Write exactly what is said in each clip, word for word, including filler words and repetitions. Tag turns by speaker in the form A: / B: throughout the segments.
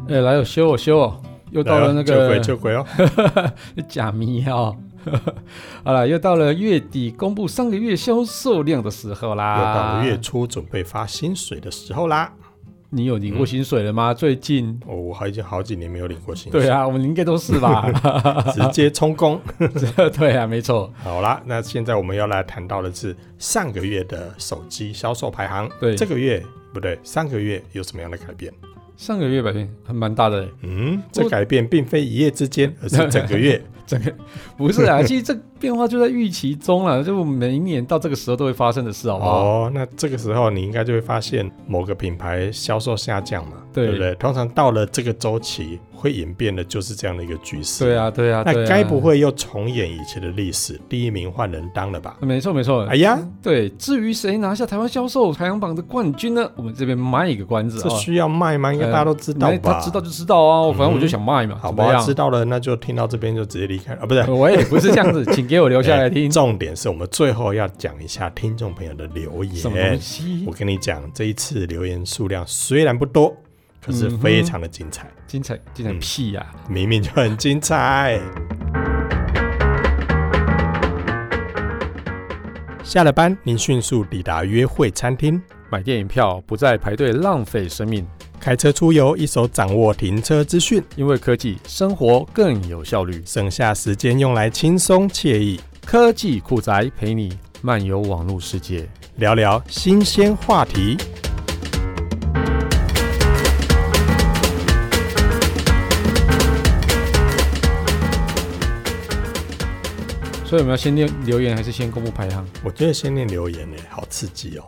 A: 哎、欸，来有修哦修哦，又到了那个
B: 救鬼救鬼哦，
A: 假迷哦。好了，又到了月底公布上个月销售量的时候啦，
B: 又到了月初准备发薪水的时候啦。
A: 你有领过薪水了吗？嗯、最近
B: 哦，我已经好几年没有领过薪水。
A: 对啊，我们应该都是吧，
B: 直接充公。
A: 对啊，没错。
B: 好啦，那现在我们要来谈到的是上个月的手机销售排行。
A: 对，
B: 这个月不对，上个月有什么样的改变？
A: 上个月改变还蛮大的。
B: 嗯，这改变并非一夜之间，而是整个月。
A: 整个不是啊，其实这变化就在预期中了，就每一年到这个时候都会发生的事，好不好？
B: 哦，那这个时候你应该就会发现某个品牌销售下降嘛，
A: 对,
B: 对不对？通常到了这个周期会演变的就是这样的一个局势。
A: 对啊，对啊，对啊，
B: 那该不会又重演以前的历史，第一名换人当了吧？
A: 没错，没错。
B: 哎呀，
A: 对，至于谁拿下台湾销售排行榜的冠军呢？我们这边卖一个关子，
B: 这需要卖吗？应该大家都知道吧？
A: 呃、他知道就知道啊，反正我就想卖嘛。
B: 嗯、好吧，知道了，那就听到这边就直接离开啊，不是？
A: 我也不是这样子，请给我留下来听。
B: 欸、重点是我们最后要讲一下听众朋友的留言。
A: 什么东西？
B: 我跟你讲，这一次留言数量虽然不多，可是非常的精彩。嗯、
A: 精彩，精彩屁呀、啊
B: 嗯！明明就很精彩。下了班，您迅速抵达约会餐厅，
A: 买电影票不再排队浪费生命。
B: 开车出游，一手掌握停车资讯，
A: 因为科技，生活更有效率，
B: 省下时间用来轻松惬意。
A: 科技酷宅陪你漫游网络世界，
B: 聊聊新鲜话题。
A: 所以我们要先念留言还是先公布排行？
B: 我觉得先念留言耶，好刺激哦。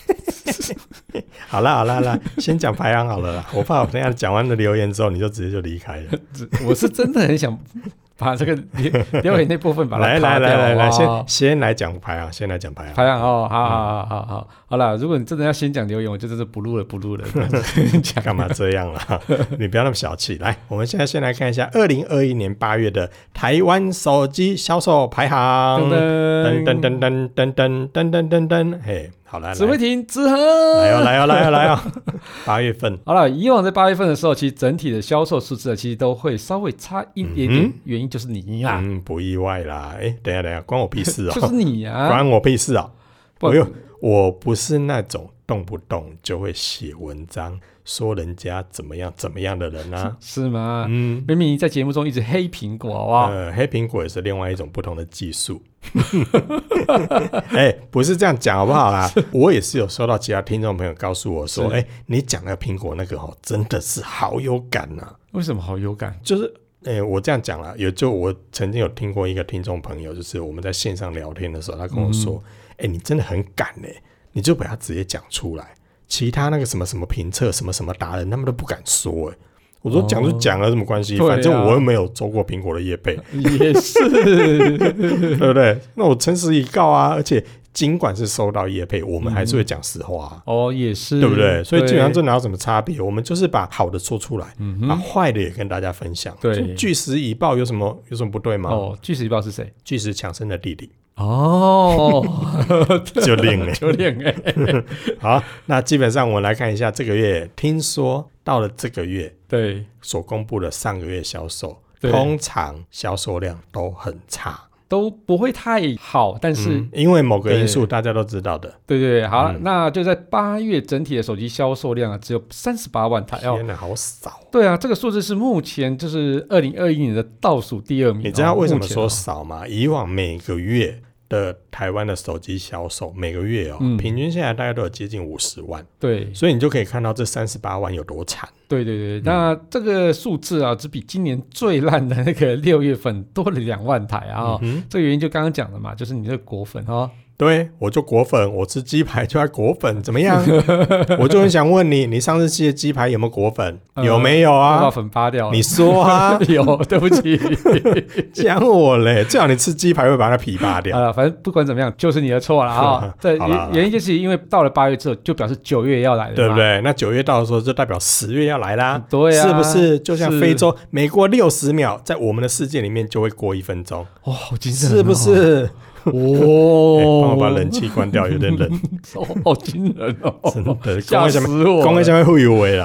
B: 好啦好啦好啦，先讲排行好了啦，我怕我等一下讲完了留言之后，你就直接就离开了。
A: 我是真的很想把这个留言那部分把它
B: 来来来来来，先先来讲排行，先来讲排行。
A: 排行哦，好好好好好，好啦，如果你真的要先讲留言，我就真的不录了不录了。
B: 干嘛这样啦？你不要那么小气。来，我们现在先来看一下二零二一年八月的台湾手机销售排行。噔噔噔噔噔噔噔噔噔噔，嘿。好了，
A: 指挥亭子恒
B: 来哦来哦来哦来哦！八月份
A: 好了，以往在八月份的时候，其实整体的销售数字其实都会稍微差一点点，嗯、原因就是你啊，
B: 嗯，不意外啦。哎、欸，等一下等一下，关我屁事哦！
A: 就是你啊，
B: 关我屁事哦！我又我不是那种动不动就会写文章说人家怎么样怎么样的人啊，
A: 是吗？嗯，明明在节目中一直黑苹果，好不好？
B: 呃，黑苹果也是另外一种不同的技术。哎、欸，不是这样讲好不好啦？我也是有收到其他听众朋友告诉我说，哎、欸，你讲那个苹果那个哦，真的是好有感呐、啊。
A: 为什么好有感？
B: 就是，哎、欸，我这样讲啦，有就我曾经有听过一个听众朋友，就是我们在线上聊天的时候，他跟我说，哎、嗯欸，你真的很敢哎、欸，你就把它直接讲出来。其他那个什么什么评测什么什么达人，他们都不敢说哎、欸。我说讲就讲了，有什么关系？哦、反正我又没有做过苹果的业配，
A: 也是，
B: 对不对？那我诚实以告啊！而且尽管是收到业配，我们还是会讲实话、啊
A: 嗯。哦，也是，
B: 对不对？所以基本上这哪有什么差别？我们就是把好的说出来，嗯、把坏的也跟大家分享。
A: 对，
B: 据实以报有什么有什么不对吗？
A: 哦，据实以报是谁？
B: 据实强生的弟弟。
A: 哦，
B: 就练哎，
A: 就练哎。
B: 好，那基本上我们来看一下这个月，听说到了这个月，
A: 对
B: 所公布的上个月销售，通常销售量都很差，
A: 都不会太好，但是、嗯、
B: 因为某个因素大家都知道的。
A: 对对对，好、嗯，那就在八月整体的手机销售量啊，只有三十八万台哦，
B: 天哪，好少。
A: 对啊，这个数字是目前就是二零二一年的倒数第二名。
B: 你知道为什么说少吗？哦、以往每个月的台湾的手机销售每个月哦、嗯，平均下来大概都有接近五十万，对，所以你就可以看到这三十八万有多惨。
A: 对对对、嗯，那这个数字啊，只比今年最烂的那个六月份多了两万台啊、哦嗯，这个原因就刚刚讲的嘛，就是你这个果粉哦。
B: 对，我就果粉，我吃鸡排就爱果粉，怎么样？我就很想问你，你上次吃的鸡排有没有果粉？呃、有没有啊？
A: 把粉扒掉了。
B: 你说啊？
A: 有，对不起，
B: 讲我嘞，最好你吃鸡排会把它皮扒掉。
A: 啊，反正不管怎么样，就是你的错了啊。这原因就是因为到了八月之后，就表示九月要来了，
B: 对不对？那九月到的时候，就代表十月要来啦。
A: 对啊，
B: 是不是？就像非洲，每过六十秒，在我们的世界里面就会过一分钟。
A: 哇、哦，好精神、哦，
B: 是不是？
A: 哦，
B: 帮、欸、我把冷气关掉，有点冷，
A: 哦，好惊人哦！
B: 真的，
A: 吓死我！
B: 讲一下会有的啦。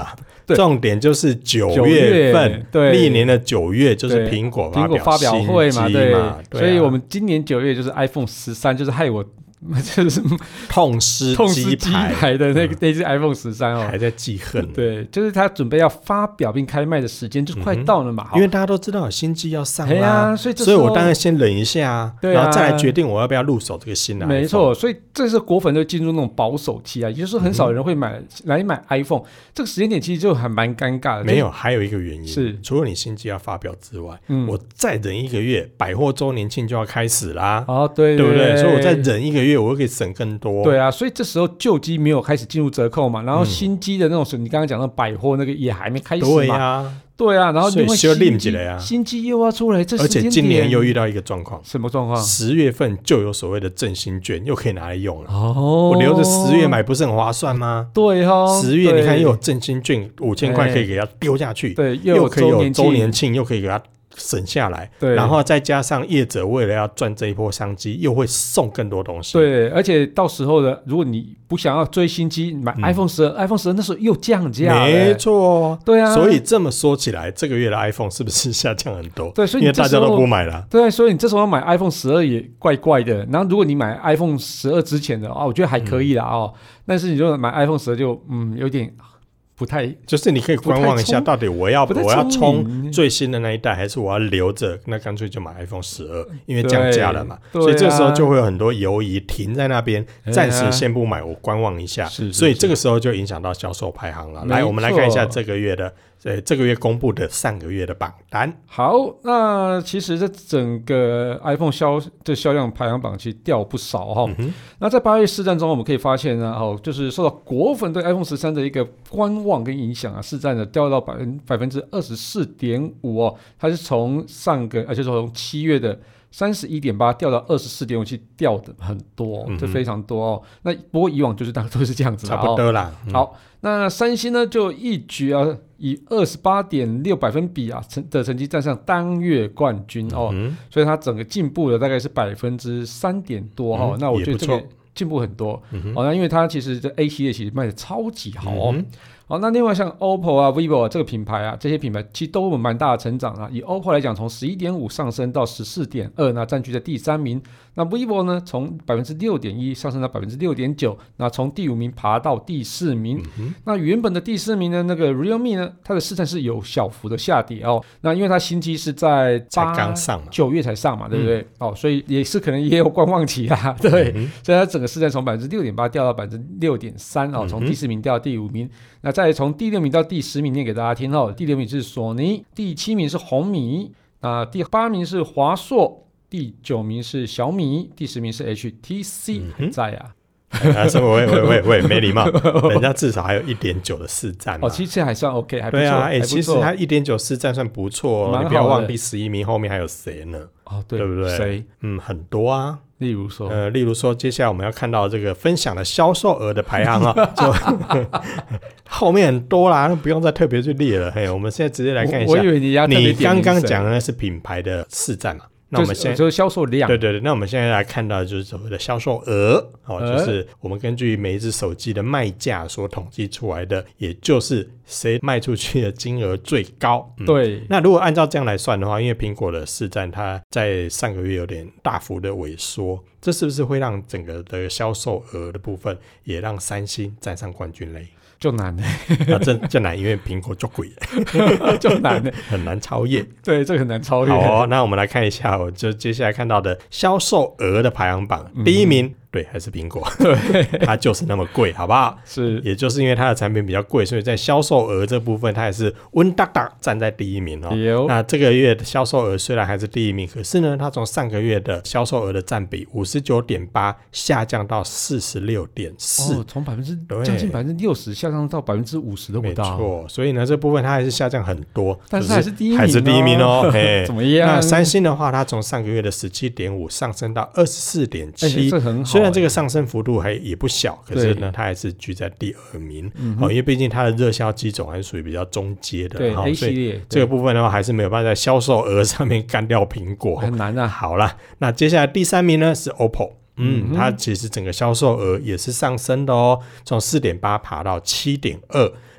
B: 重点就是九月份，
A: 对，
B: 历年的九月就是苹果
A: 苹果发表会嘛，对，
B: 对啊，
A: 所以我们今年九月就是 iPhone 十三，就是害我就是
B: 痛失
A: 痛失鸡排的那个、嗯、那只 iPhone 十三哦，
B: 还在记恨。
A: 对，就是他准备要发表并开卖的时间就快到了嘛、
B: 嗯，因为大家都知道有新机要上啦、
A: 啊，所以
B: 所以我当然先忍一下、啊，
A: 对啊，
B: 然后再来决定我要不要入手这个新的 iPhone。
A: 没错，所以这是果粉就进入那种保守期啊，也就是说很少人会买、嗯、来买 iPhone， 这个时间点其实就还蛮尴尬的。
B: 没有，还有一个原因
A: 是，
B: 除了你新机要发表之外，
A: 嗯、
B: 我再忍一个月，百货周年庆就要开始啦。
A: 哦，对对
B: 对, 对不对？所以我再忍一个月，我就可以省更多。
A: 对啊，所以这时候旧机没有开始进入折扣嘛，然后新机的那种、嗯、你刚刚讲的百货那个也还没开始嘛。
B: 对啊，
A: 对啊，然后另外新机、
B: 啊、
A: 新机又要出来，这
B: 而且今年又遇到一个状况，
A: 什么状况？
B: 十月份就有所谓的振兴券，又可以拿来用了。
A: 哦，
B: 我留着十月买不是很划算吗？
A: 对哦，
B: 十月你看又有振兴券五千块可以给它丢下去，
A: 对，
B: 又, 又可以有周年
A: 庆，
B: 又可以给它省下来，对，然后再加上业者为了要赚这一波商机，又会送更多东西。
A: 对，而且到时候的，如果你不想要追新机，买 iPhone 十二、嗯、iPhone 十二那时候又降价，
B: 没错，
A: 对啊。
B: 所以这么说起来，这个月的 iPhone 是不是下降很多？
A: 对，所以
B: 因为大家都不买了。
A: 对，所以你这时候要买 iPhone 十二也怪怪的。然后如果你买 iPhone 十二之前的啊，我觉得还可以啦哦。嗯、但是你如果买 iPhone 十二就嗯有点。不太，
B: 就是你可以观望一下，到底我要我要冲最新的那一代，还是我要留着？那干脆就买 iPhone 十二，因为降价了嘛。所以这时候就会有很多犹疑停在那边，暂时先不买，我观望一下。
A: 是，
B: 所以这个时候就影响到销售排行了。来，我们来看一下这个月的。呃，这个月公布的上个月的榜单。
A: 好，那其实这整个 iPhone 销的销量排行榜其实掉不少哈、嗯。那在八月市占中，我们可以发现呢，哦，就是受到果粉对 iPhone 十三的一个观望跟影响啊，市占呢掉到百分百分之二十四点五哦，它是从上个，而且从七月的三十一点八掉到二十四点五，其实掉的很多、哦嗯，这非常多哦。那不过以往就是大概都是这样子，
B: 差不多啦。
A: 嗯、好，那三星呢就一举啊。以 二十八点六 百分比啊的成绩站上当月冠军哦、嗯，所以它整个进步了大概是百分之三点多哈、哦嗯。那我觉得这个进步很多、嗯、哦。那因为它其实这 A 系列其实卖的超级好哦。嗯好，那另外像 O P P O 啊、vivo 啊这个品牌啊，这些品牌其实都有蛮大的成长啊。以 O P P O 来讲，从 十一点五 上升到 十四点二， 那占据在第三名。那 vivo 呢，从 百分之六点一 上升到 百分之六点九， 那从第五名爬到第四名、嗯。那原本的第四名的那个 Realme 呢，它的市占是有小幅的下跌哦。那因为它新机是在
B: 刚上
A: 九月才上嘛，对不对、嗯？哦，所以也是可能也有观望期啊，对。嗯、所以它整个市占从 百分之六点八 掉到 百分之六点三 哦，从第四名掉到第五名。那再从第六名到第十名念给大家听哦。第六名是索尼，第七名是红米，那第八名是华硕，第九名是小米，第十名是 H T C，、嗯、还在啊。
B: 啊，什么？喂喂喂喂，没礼貌！人家至少还有 一点九 的市占嘛。
A: 哦，其实还算 OK， 还不错。
B: 对啊，哎、欸，其实它 一点九 市占算不错哦。你不要忘第十一名后面还有谁呢？
A: 哦，对，
B: 对不对？
A: 谁？
B: 嗯，很多啊。
A: 例如说，
B: 呃，例如说，接下来我们要看到这个分享的销售额的排行啊，就后面很多啦，不用再特别去列了。嘿，我们现在直接来看一下。
A: 我, 我以为你要特别点名谁。
B: 你刚刚讲的那是品牌的市占嘛？那我们现在
A: 就是销售量，
B: 对对对。那我们现在来看到的就是所谓的销售额，哦，就是我们根据每一只手机的卖价所统计出来的，也就是谁卖出去的金额最高。
A: 嗯、对。
B: 那如果按照这样来算的话，因为苹果的市占它在上个月有点大幅的萎缩，这是不是会让整个的销售额的部分也让三星站上冠军嘞？
A: 就难了
B: 啊，这这难，因为苹果就贵
A: 就难了，
B: 很难超越。
A: 对，这个很难超越。
B: 好、哦，那我们来看一下，我就接下来看到的销售额的排行榜，嗯、第一名。对，还是苹果，
A: 对，
B: 它就是那么贵，好不好？
A: 是，
B: 也就是因为它的产品比较贵，所以在销售额这部分，它也是温哒哒站在第一名哦。那这个月的销售额虽然还是第一名，可是呢，它从上个月的销售额的占比 五十九点八 下降到 四十六点四，
A: 哦，从百分之将近百分之六十下降到百分之五十都不到。
B: 没错，所以呢，这部分它还是下降很多，
A: 但是还是第一名、哦，
B: 还是第一名哦。
A: 怎么样？
B: 那三星的话，它从上个月的 十七点五 上升到 二十四点七，
A: 这很好。
B: 虽然这个上升幅度还也不小，可是呢，它还是居在第二名、嗯哦、因为毕竟它的热销机种还是属于比较中阶的，
A: 对、
B: 哦、
A: A 系列，
B: 这个部分的话还是没有办法在销售额上面干掉苹果，
A: 很难啊。
B: 好啦，那接下来第三名呢是 O P P O，嗯，它其实整个销售额也是上升的哦，从 四点八 爬到 七点二。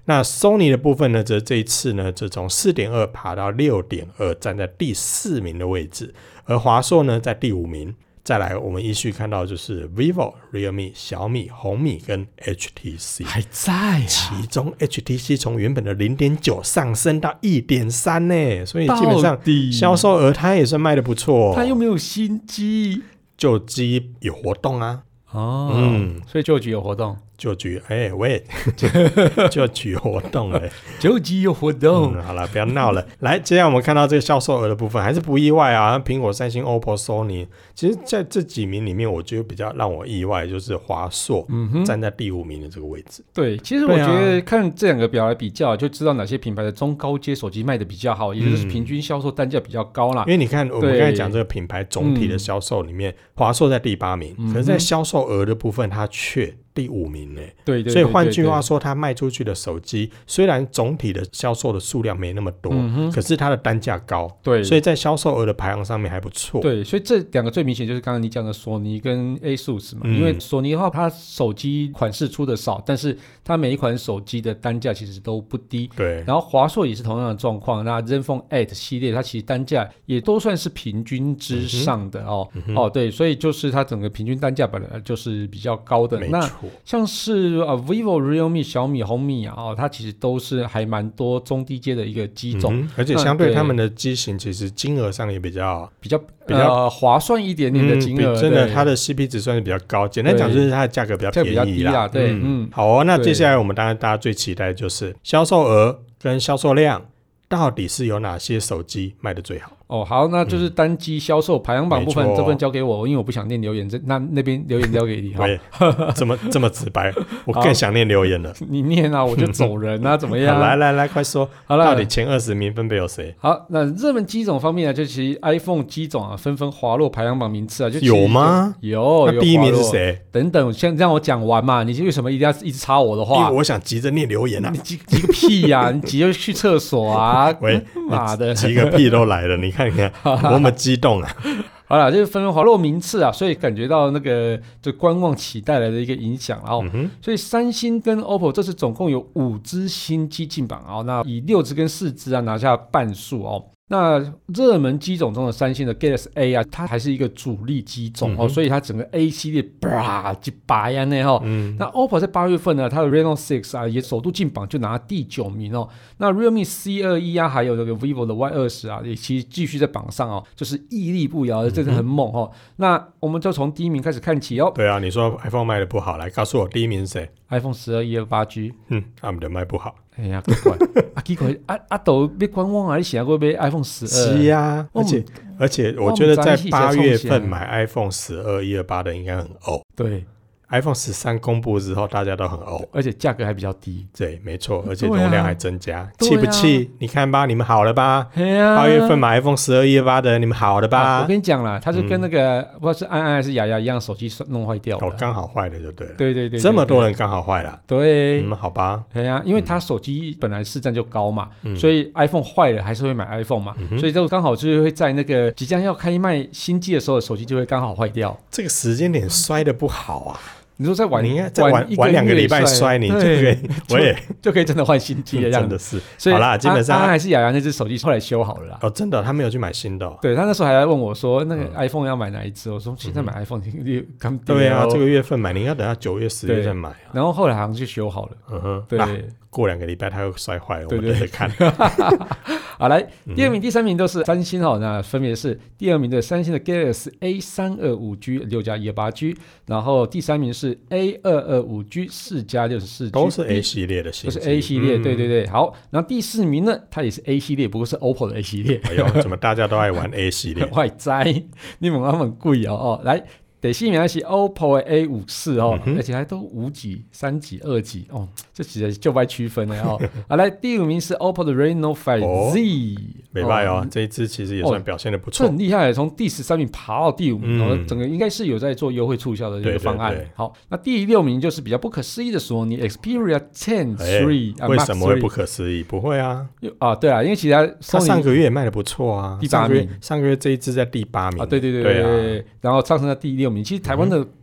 B: 那 Sony 的部分呢，则这一次呢，就从 四点二 爬到 六点二， 站在第四名的位置，而华硕呢在第五名。再来我们依序看到就是 vivo、realme、小米、红米跟 H T C
A: 还在啊，
B: 其中 H T C 从原本的 零点九 上升到 一点三 呢，所以基本上销售额它也算卖得不错、哦、
A: 它又没有新机，
B: 旧机有活动啊
A: 哦，嗯，所以旧机有活动，
B: 旧机哎喂，旧机有活动哎，
A: 旧机有活动、
B: 嗯，好了，不要闹了。来，接下来我们看到这个销售额的部分，还是不意外啊。苹果、三星、O P P O、Sony， 其实在这几名里面，我觉得比较让我意外就是华硕、嗯、站在第五名的这个位置。
A: 对，其实我觉得看这两个表来比较，就知道哪些品牌的中高阶手机卖的比较好，也就是平均销售单价比较高啦。
B: 因为你看，我们刚才讲这个品牌总体的销售里面，华硕在第八名，可是在销售额的部分，它却第五名呢，
A: 对 对, 对, 对, 对，
B: 所以换句话说，它卖出去的手机虽然总体的销售的数量没那么多、嗯，可是它的单价高，对，所以在销售额的排行上面还不错。
A: 对，所以这两个最明显就是刚刚你讲的索尼跟 ASUS 嘛、嗯，因为索尼的话，它手机款式出的少，但是它每一款手机的单价其实都不低。
B: 对，
A: 然后华硕也是同样的状况，那 Zenfone 八系列它其实单价也都算是平均之上的、嗯、哦、嗯、哦，对，所以就是它整个平均单价本来就是比较高的。
B: 没错。
A: 像是、呃、vivo、realme、小米、红米啊、哦，它其实都是还蛮多中低阶的一个机种、嗯，
B: 而且相对他们的机型，其实金额上也比较
A: 比较比较、呃、划算一点点的金额、嗯，
B: 真的，它的 C P 值算是比较高。简单讲就是它的价格比较便宜啦，
A: 低啦，对，嗯，
B: 嗯好哦。那接下来我们当然大家最期待的就是销售额跟销售量，到底是有哪些手机卖的最好？
A: 哦，好，那就是单机销售排行榜部分，这份交给我，因为我不想念留言，那那边留言交给你哈。
B: 这么这么直白，我更想念留言了。
A: 你念啊，我就走人啊，怎么样？
B: 来来来，快说，好了，到底前二十名分别有谁？
A: 好，那热门机种方面呢，就其实 iPhone 机种啊，纷纷滑落排行榜名次啊，就
B: 有吗？
A: 有，
B: 那第一名是谁？
A: 等等，先让我讲完嘛，你为什么一定要一直插我的话？
B: 因为我想急着念留言啊。
A: 你急急个屁呀、啊！你急着去厕所啊！
B: 喂，
A: 妈的，
B: 急个屁都来了，你看看。多么激动啊！
A: 好啦，就是纷纷滑落名次啊，所以感觉到那个就观望期带来的一个影响，然后、嗯，所以三星跟 O P P O 这次总共有五支新机进榜啊，那以六支跟四支啊拿下半数哦。那热门机种中的三星的 Galaxy A 啊，它还是一个主力机种、嗯、哦，所以它整个 A 系列啪就拔呀那哈。那 O P P O 在八月份呢，它的 Reno 六啊也首度进榜，就拿第九名哦。那 Realme C 二十一 啊，还有这个 Vivo 的 Y 二十 啊，也其实继续在榜上哦，就是屹立不摇的，这是很猛哦、嗯。那我们就从第一名开始看起哦。
B: 对啊，你说 iPhone 卖的不好，来告诉我第一名是谁
A: ？iPhone 十二 一二八 G，
B: 嗯，他们的卖不好。
A: 哎呀，奇怪啊，奇怪啊啊！都要观望啊，你想过买 iPhone 十二？
B: 是啊，而且而且，我觉得在八月份买 iPhone 十二一二八的应该很呕。
A: 对。
B: iPhone 十三公布之后，大家都很呕，
A: 而且价格还比较低。
B: 对，没错，而且容量还增加，气、啊、不气、啊？你看吧，你们好了吧？八、
A: 啊、
B: 月份买 iPhone 十二一二八的，你们好了吧？
A: 啊、我跟你讲啦，它是跟那个、嗯、不知道是安安还是雅雅一样，手机弄坏掉了。
B: 哦，刚好坏了就对了。
A: 对对 对, 对，
B: 这么多人刚好坏了。
A: 对，
B: 嗯，好吧。
A: 对啊，因为它手机本来市占就高嘛，嗯、所以 iPhone 坏了还是会买 iPhone 嘛，嗯、所以就刚好就是会在那个即将要开卖新机的时候，手机就会刚好坏掉。
B: 这个时间点摔得不好啊。
A: 你说再晚，
B: 你应该再晚晚两个礼拜摔，你就可以，我也
A: 就可以真的换新机的样子。
B: 真的是，所以好啦，基本上
A: 安安还是雅雅那只手机后来修好了啦。
B: 哦，真的，他没有去买新的、哦。
A: 对，他那时候还在问我说，那个 iPhone 要买哪一只？我说现在买 iPhone 刚、嗯、
B: 对啊，这个月份买，你应该等到九月、十月再买、啊。
A: 然后后来好像就修好了。嗯哼，对。啊
B: 过两个礼拜它又摔坏了，我们等着看。
A: 好，来第二名、第三名都是三星哦，那分别是第二名的三星的 Galaxy A 三二五 G 六加一二八 G， 然后第三名是 A 二二五 G 四加六十四 G，
B: 都是 A 系列的新机，
A: 都是 A 系列，嗯、对对对。好，然后第四名呢，它也是 A 系列，不过是 O P P O 的 A 系列。
B: 哎呦，怎么大家都爱玩 A 系列？
A: 坏哉，你们那么贵哦哦，来。第四名是 O P P O 的 A 五十四 哦、嗯，而且还都五级、三级、二级哦，这其实就该区分了哦。好，来第五名是 O P P O 的 Reno 五 Z，
B: 没败哦，这一支其实也算表现的不错，
A: 哦、很厉害，从第十三名爬到第五名、嗯哦，整个应该是有在做优惠促销的这个方案。对对对，好，那第六名就是比较不可思议的索尼 Xperia 十三、
B: 欸，为什么会不可思议？不会啊，
A: 啊，对啊，因为其他
B: 它上个月也卖的不错啊，
A: 第八名，
B: 上个月这一支在第八名
A: 啊，对对对对对，
B: 对啊，
A: 然后上升到第六名。其实台湾的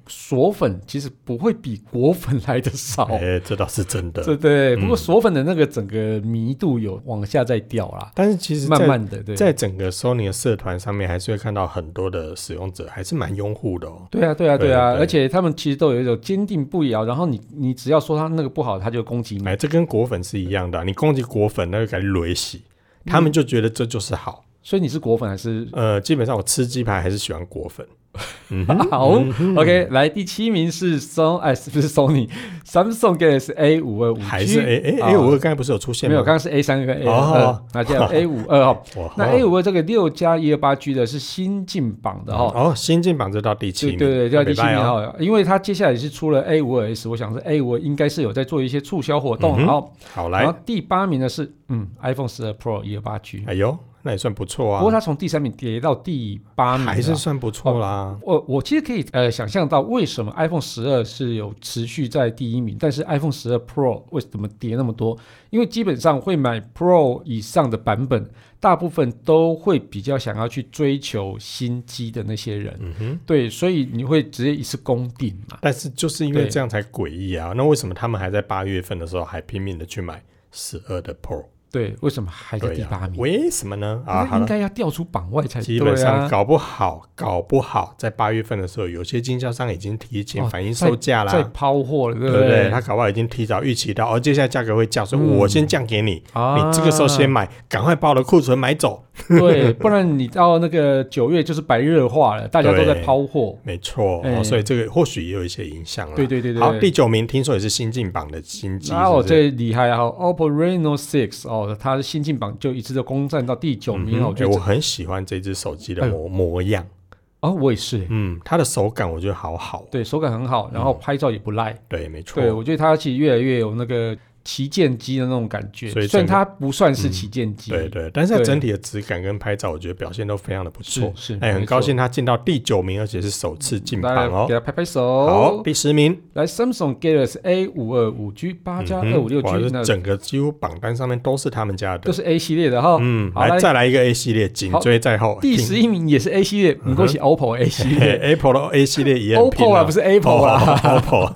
A: 锁粉其实不会比果粉来的少，
B: 哎、欸，这倒是真的，
A: 对对。不过锁粉的那个整个密度有往下再掉啦，
B: 但是其实
A: 慢慢的，对，
B: 在整个 Sony 的社团上面，还是会看到很多的使用者还是蛮拥护的哦。
A: 对啊，对啊，对啊，对，而且他们其实都有一种坚定不摇，然后你你只要说他那个不好，他就攻击你。
B: 哎，这跟果粉是一样的、啊，你攻击果粉，那就给你雷洗，他们就觉得这就是好。
A: 所以你是果粉还是？
B: 呃，基本上我吃鸡排还是喜欢果粉。
A: 嗯、好、嗯、，OK， 来第七名是 Sony， 哎，不是 Sony， Samsung Galaxy A 五十二 五 G，
B: 还是 A A A 五十二，刚才不是有出现吗？
A: 没有，刚刚是 A 三 跟 A 二，那叫 A 五十二哈。那 A 五十二这个六加一二八 G 的是新进榜的哈、
B: 嗯。哦，新进榜就到第七名，
A: 对对对，就到第七名哈、哦。因为它接下来是出了 A 五十二 S， 我想是 A 五十二 应该是有在做一些促销活动。嗯、好，
B: 好来。
A: 然后第八名的是嗯 iPhone 十二 Pro 一二八 G，
B: 哎呦。那也算不错啊，
A: 不过它从第三名跌到第八名，
B: 还是算不错啦。
A: 哦、我我其实可以呃想象到为什么 iPhone 十二是有持续在第一名，但是 iPhone 十二 Pro 为什么跌那么多？因为基本上会买 Pro 以上的版本，大部分都会比较想要去追求新机的那些人，嗯哼，对，所以你会直接一次攻顶嘛。
B: 但是就是因为这样才诡异啊，那为什么他们还在八月份的时候还拼命的去买十二的 Pro？
A: 对，为什么还在第八名？
B: 啊、为什么呢？啊，
A: 应该要调出榜外才对啊。
B: 基本上搞不好，搞不好在八月份的时候，有些经销商已经提前反映售价啦，
A: 在抛货了，对不对？
B: 对不对？他搞不好已经提早预期到，而、哦、接下来价格会降，所以我先降给你，嗯、你这个时候先买，赶快把我的库存买走。
A: 对，不然你到那个九月就是白热化了，大家都在抛货。
B: 没错、欸哦，所以这个或许也有一些影响了。
A: 对对对对。
B: 好，第九名听说也是新进榜的新机，
A: 那我最厉害啊 ！O P P O Reno 六哦，它的新进榜就一直都攻占到第九名、嗯、我觉得、
B: 欸、我很喜欢这只手机的模、哎、模样。
A: 哦，我也是。
B: 嗯，它的手感我觉得好好。
A: 对，手感很好，然后拍照也不赖。嗯、
B: 对，没错。
A: 对，我觉得它其实越来越有那个旗舰机的那种感觉，所以虽然它不算是旗舰机、
B: 嗯，对对，但是它整体的质感跟拍照，我觉得表现都非常的不错。
A: 是，
B: 哎，很高兴它进到第九名，而且是首次进榜哦，
A: 给它拍拍手。
B: 好，第十名，
A: 来 Samsung Galaxy A 五十二 五 G 八加二五六 G，
B: 那整个几乎榜单上面都是他们家的，
A: 都是 A 系列的哈。
B: 嗯，来再来一个 A 系列，紧追在后。
A: 第十一名也是 A 系列，很恭喜 O P P O A 系列
B: ，Apple 的 A 系列也很拼
A: ，O P P O 啊，不是 Apple 啦
B: ，O P P O。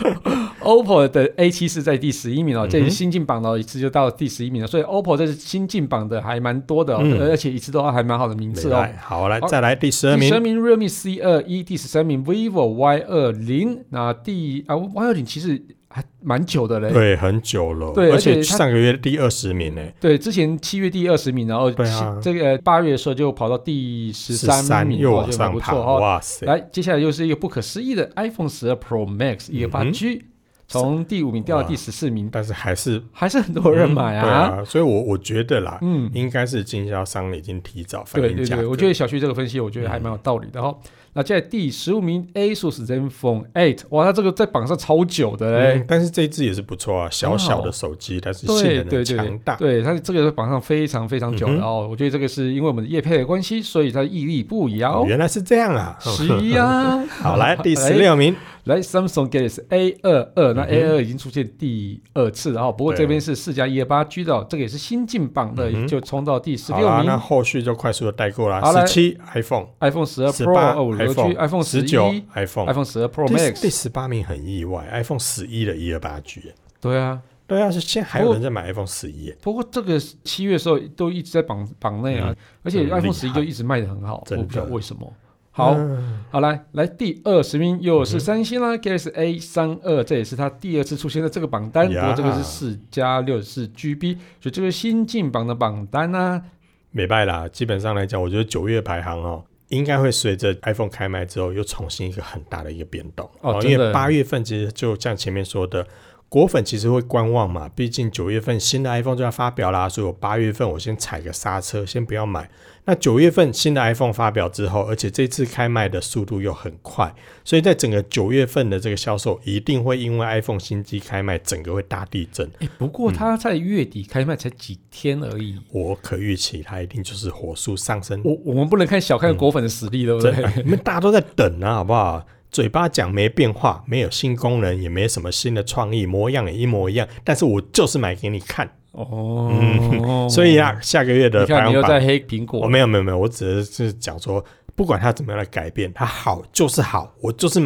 A: O P P O 的 A 七 是在第十一名哦，这是新进榜的一次就到第十一名了，所以 O P P O 这是新进榜的还蛮多的、哦嗯，而且一次都还蛮好的名次哦。
B: 好，来再来第十二名，
A: 第十二名 Realme C 二十一，第十三名 Vivo Y 二十，那第啊 Y 二十其实还蛮久的嘞，
B: 对，很久了，
A: 对，
B: 而且上个月第二十名呢，
A: 对，之前七月第二十名，然后
B: 对啊，
A: 这个八月的时候就跑到第十三名，
B: 又往上爬，哇塞！
A: 来，接下来又是一个不可思议的 iPhone 十二 Pro Max 一二八 G。从第五名掉到第十四名，
B: 但是还是
A: 还是很多人买啊，嗯、
B: 对啊，所以我我觉得啦，嗯，应该是经销商已经提早反映价格。对对对，
A: 我觉得小徐这个分析，我觉得还蛮有道理的哈、嗯。那接下来第十五名 ASUS ZenFone 八，哇，它这个在榜上超久的嘞、
B: 嗯，但是这一支也是不错啊，小小的手机，但是性能很强大，
A: 对, 对, 对, 对，它这个在榜上非常非常久了、嗯、哦。我觉得这个是因为我们的业配的关系，所以它屹立不摇、
B: 哦。原来是这样啊，
A: 是啊。
B: 好，来第十六名。
A: 来 Samsung Galaxy A 二十二，那 A 二十二已经出现第二次了、哦、不过这边是四加一二八 G 的、哦，这个也是新进榜的，嗯、就冲到第十六名。好啦，
B: 那后续就快速的带过了。十七 iPhone
A: iPhone 十二 Pro 二五六 G iPhone
B: 十九 iPhone
A: iPhone 十二 Pro Max
B: 第十八名很意外 ，iPhone 十一的一二八 G。
A: 对啊，
B: 对啊，是现在还有人在买 iPhone 十一。
A: 不过这个七月的时候都一直在榜榜内啊、嗯，而且 iPhone 十一就一直卖得很好，我不知道为什么。好、嗯，好来来第二十名又是三星啦、嗯、，Galaxy A 三十二，这也是它第二次出现在这个榜单，不过这个是四加六十四 G B， 所以这个新进榜的榜单啊，
B: 没败啦。基本上来讲，我觉得九月排行哦，应该会随着 iPhone 开卖之后又重新一个很大的一个变动哦，因为八月份其实就像前面说的。果粉其实会观望嘛，毕竟九月份新的 iPhone 就要发表啦，所以我八月份我先踩个刹车，先不要买。那九月份新的 iPhone 发表之后，而且这次开卖的速度又很快，所以在整个九月份的这个销售一定会因为 iPhone 新机开卖，整个会大地震。
A: 欸、不过它在月底开卖才几天而已，嗯、
B: 我可预期它一定就是火速上升。
A: 我我们不能看小看果粉的实力，嗯、对不对？
B: 你们大家都在等啊，好不好？嘴巴讲没变化，没有新功能，也没什么新的创意，模样也一模一样，但是我就是买给你看哦、嗯。所以啊，下个月的排行榜，
A: 你看你又在黑苹果、
B: 哦，没有没有没有，我只是讲说，不管它怎么样的改变，它好就是好，我就是买，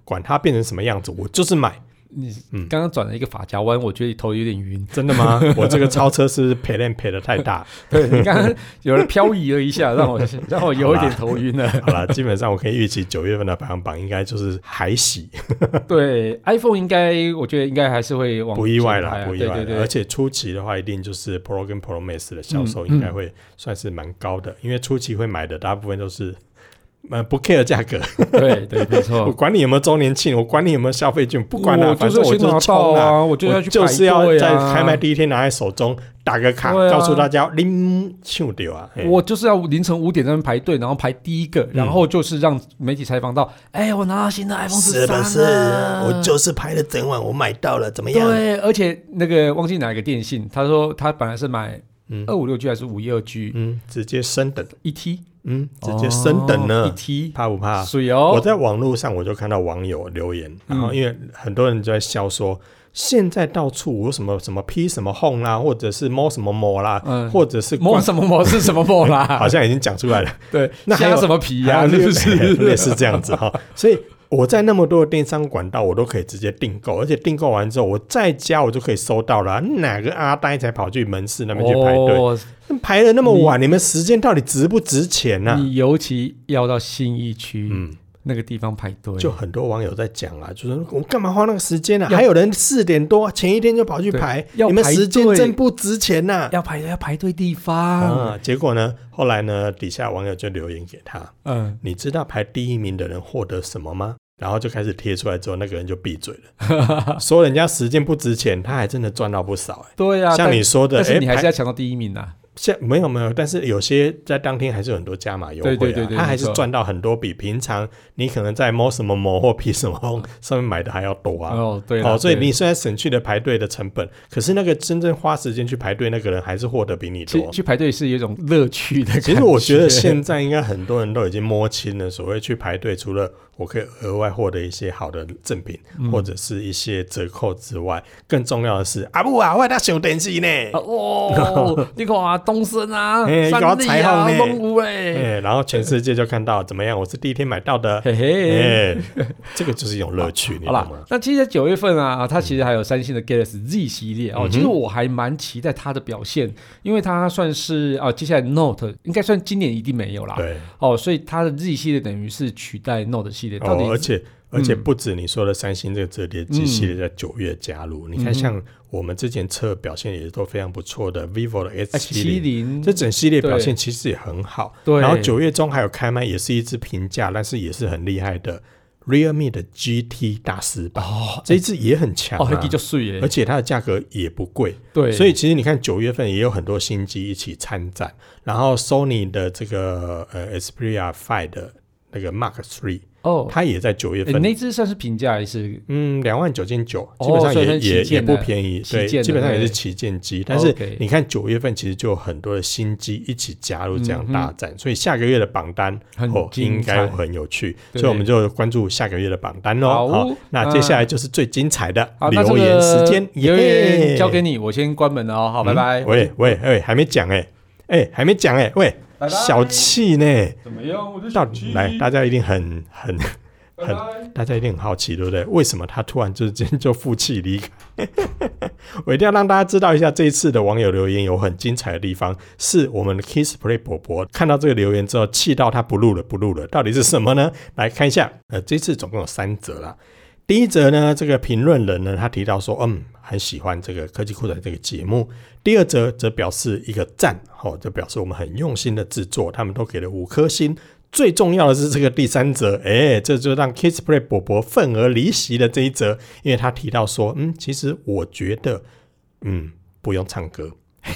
B: 管它变成什么样子，我就是买。
A: 你刚刚转了一个发夹弯，我觉得你头有点晕。
B: 真的吗？我这个超车是不是赔链赔的太大？
A: 对，你刚刚有人漂移了一下，让我让我有一点头晕了。
B: 好啦，基本上我可以预期九月份的排行榜应该就是海喜。
A: 对 ，iPhone 应该我觉得应该还是会往
B: 不意外啦，不意外啦。
A: 对对对，
B: 而且初期的话，一定就是 Pro 跟 Pro Max 的销售应该会算是蛮高的，嗯嗯、因为初期会买的大部分都是。呃，不 care 价格，
A: 对对，没错。
B: 我管你有没有周年庆，我管你有没有消费券，不管了、啊，反正我就是
A: 冲啊，我就要去排队啊，
B: 就是要在开卖第一天拿在手中打个卡，啊、告诉大家拎抢掉啊！
A: 我就是要凌晨五点在那边排队，然后排第一个，然后就是让媒体采访到，哎、嗯欸，我拿到新的 iPhone 十三了，
B: 是不是？我就是排了整晚，我买到了，怎么样？
A: 对，而且那个忘记哪一个电信，他说他本来是买二五六 G 还是五一二 G，
B: 嗯，直接升等
A: 一 T。
B: 嗯，直接升等呢，
A: 哦、一 T
B: 怕不怕？
A: 水哦！
B: 我在网络上我就看到网友留言，然后因为很多人就在笑说，嗯、现在到处有什么什么 P 什么 Home 啦，或者是摸什么摸啦，嗯、或者是
A: 摸什么摸是什么摸啦，
B: 好像已经讲出来了。对，
A: 那还有什么皮呀、啊？是不是
B: 类似这样子哈？所以。我在那么多的电商管道，我都可以直接订购，而且订购完之后，我在家我就可以收到了。哪个阿呆才跑去门市那边去排队？哦、排了那么晚，你, 你们时间到底值不值钱啊？
A: 你尤其要到信义区，嗯。那个地方排队，
B: 就很多网友在讲啊，就是我干嘛花那个时间啊？还有人四点多前一天就跑去排，你们时间真不值钱呐、啊！
A: 要排要排对地方、
B: 啊。结果呢，后来呢，底下网友就留言给他，嗯，你知道排第一名的人获得什么吗？然后就开始贴出来之后，那个人就闭嘴了，说人家时间不值钱，他还真的赚到不少、欸。
A: 对啊，
B: 像你说的，
A: 但是你还是要抢到第一名啊。
B: 像没有没有，但是有些在当天还是有很多加码优惠啊，对对对对，他还是赚到很多比平常你可能在某什么某或P什么上面买的还要多啊。
A: 哦，对
B: 哦，所以你虽然省去了排队的成本，可是那个真正花时间去排队那个人还是获得比你多。
A: 去排队是有一种乐趣的感觉。
B: 其实我觉得现在应该很多人都已经摸清了，所谓去排队，除了我可以额外获得一些好的赠品、嗯、或者是一些折扣之外，更重要的是啊不啊，我在想电视呢。
A: 哦，你看啊。东森啊，欸、三立啊，东吴哎，
B: 然后全世界就看到怎么样？我是第一天买到的，嘿嘿，欸、这个就是一种乐趣，你知道吗？
A: 那其实在九月份啊，它其实还有三星的 Galaxy Z 系列哦、嗯。其实我还蛮期待它的表现，因为它算是啊，接下来 Note 应该算今年一定没有啦，对哦，所以它的 Z 系列等于是取代 Note 系列，到底、
B: 哦、而且。而且不止你说的三星这个折叠机系列在九月加入、嗯、你看像我们之前测表现也都非常不错的 vivo 的 S 七零 这整系列表现其实也很好，对，然后九月中还有开卖也是一支平价但是也是很厉害的 Realme 的 G T 大师版、哦、这一支也很强啊、
A: 哦、就水
B: 而且它的价格也不贵，对，所以其实你看九月份也有很多新机一起参战，然后 Sony 的这个呃 Xperia 五的那个 Mark 三哦，它也在九月份、欸，
A: 那支算是平价还是？
B: 嗯，两万九千九，基本上也、哦、也也不便宜，对，基本上也是旗舰机。但是你看九月份其实就有很多的新机一起加入这样大战，嗯、所以下个月的榜单哦应该很有趣，所以我们就关注下个月的榜单咯。好，好那接下来就是最精彩的留言时间，
A: 留言交给你，我先关门了哦，好，嗯、拜拜。
B: 喂喂喂，还没讲哎，哎还没讲哎，喂。拜拜小气呢？
A: 怎么样？我就小气。
B: 来，大家一定很很很拜拜，大家一定很好奇，对不对？为什么他突然就今天就负气离开？我一定要让大家知道一下，这一次的网友留言有很精彩的地方，是我们的 Kissplay 伯伯看到这个留言之后，气到他不录了，不录了，到底是什么呢？来看一下，呃，这次总共有三则啦。第一则呢，这个评论人呢，他提到说，嗯，很喜欢这个科技酷宅这个节目。第二则则表示一个赞，哦，就表示我们很用心的制作，他们都给了五颗星。最重要的是这个第三则，哎，这就让 Kissplay 伯伯愤而离席的这一则，因为他提到说，嗯，其实我觉得，嗯，不用唱歌。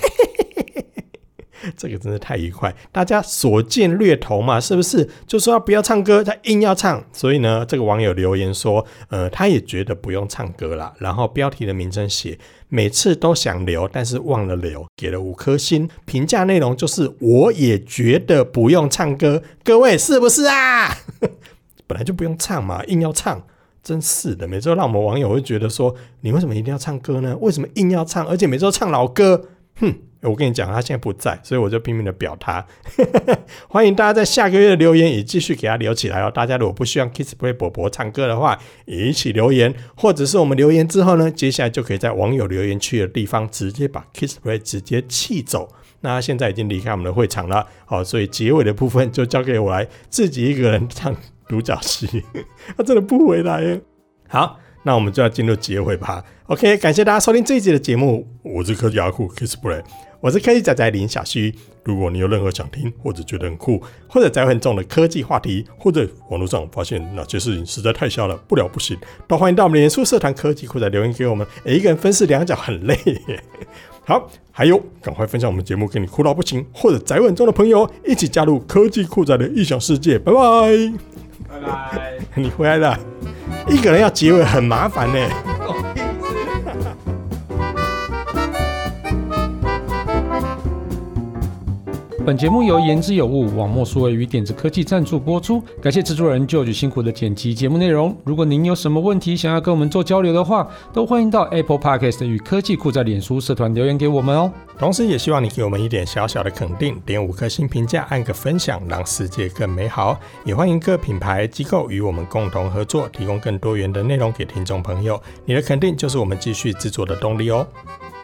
B: 这个真是太愉快，大家所见略同嘛，是不是？就说不要唱歌，他硬要唱，所以呢，这个网友留言说，呃，他也觉得不用唱歌啦。然后标题的名称写每次都想留，但是忘了留，给了五颗星。评价内容就是我也觉得不用唱歌，各位是不是啊？本来就不用唱嘛，硬要唱。真是的，每次都让我们网友会觉得说，你为什么一定要唱歌呢？为什么硬要唱？而且每次都唱老歌，哼。 我跟你讲他现在不在，所以我就拼命的表他欢迎大家在下个月的留言也继续给他留起来哦。大家如果不希望 Kissplay 伯伯唱歌的话，也一起留言，或者是我们留言之后呢，接下来就可以在网友留言区的地方直接把 Kissplay 直接气走。那他现在已经离开我们的会场了，好，所以结尾的部分就交给我来自己一个人唱独角戏他真的不回来耶。好，那我们就要进入结尾吧。 OK， 感谢大家收听这一集的节目，我是科技阿酷 Kissplay， 我是科技仔仔林小旭。如果你有任何想听或者觉得很酷或者宅很重的科技话题，或者网络上发现哪些事情实在太瞎了不了不行，都欢迎到我们的脸书社团科技酷仔留言给我们、欸、一个人分饰两角很累耶。好，还有赶快分享我们节目给你酷到不行或者宅稳重的朋友，一起加入科技酷仔的异想世界。拜拜
A: 拜拜
B: 你回来了，一个人要结尾很麻烦耶。
A: 本节目由言之有物、网墨数位与点子科技赞助播出，感谢制作人 George 辛苦的剪辑节目内容。如果您有什么问题想要跟我们做交流的话，都欢迎到 Apple Podcast 与科技酷在脸书社团留言给我们哦。
B: 同时也希望你给我们一点小小的肯定，点五颗星评价，按个分享，让世界更美好。也欢迎各品牌机构与我们共同合作，提供更多元的内容给听众朋友。你的肯定就是我们继续制作的动力哦。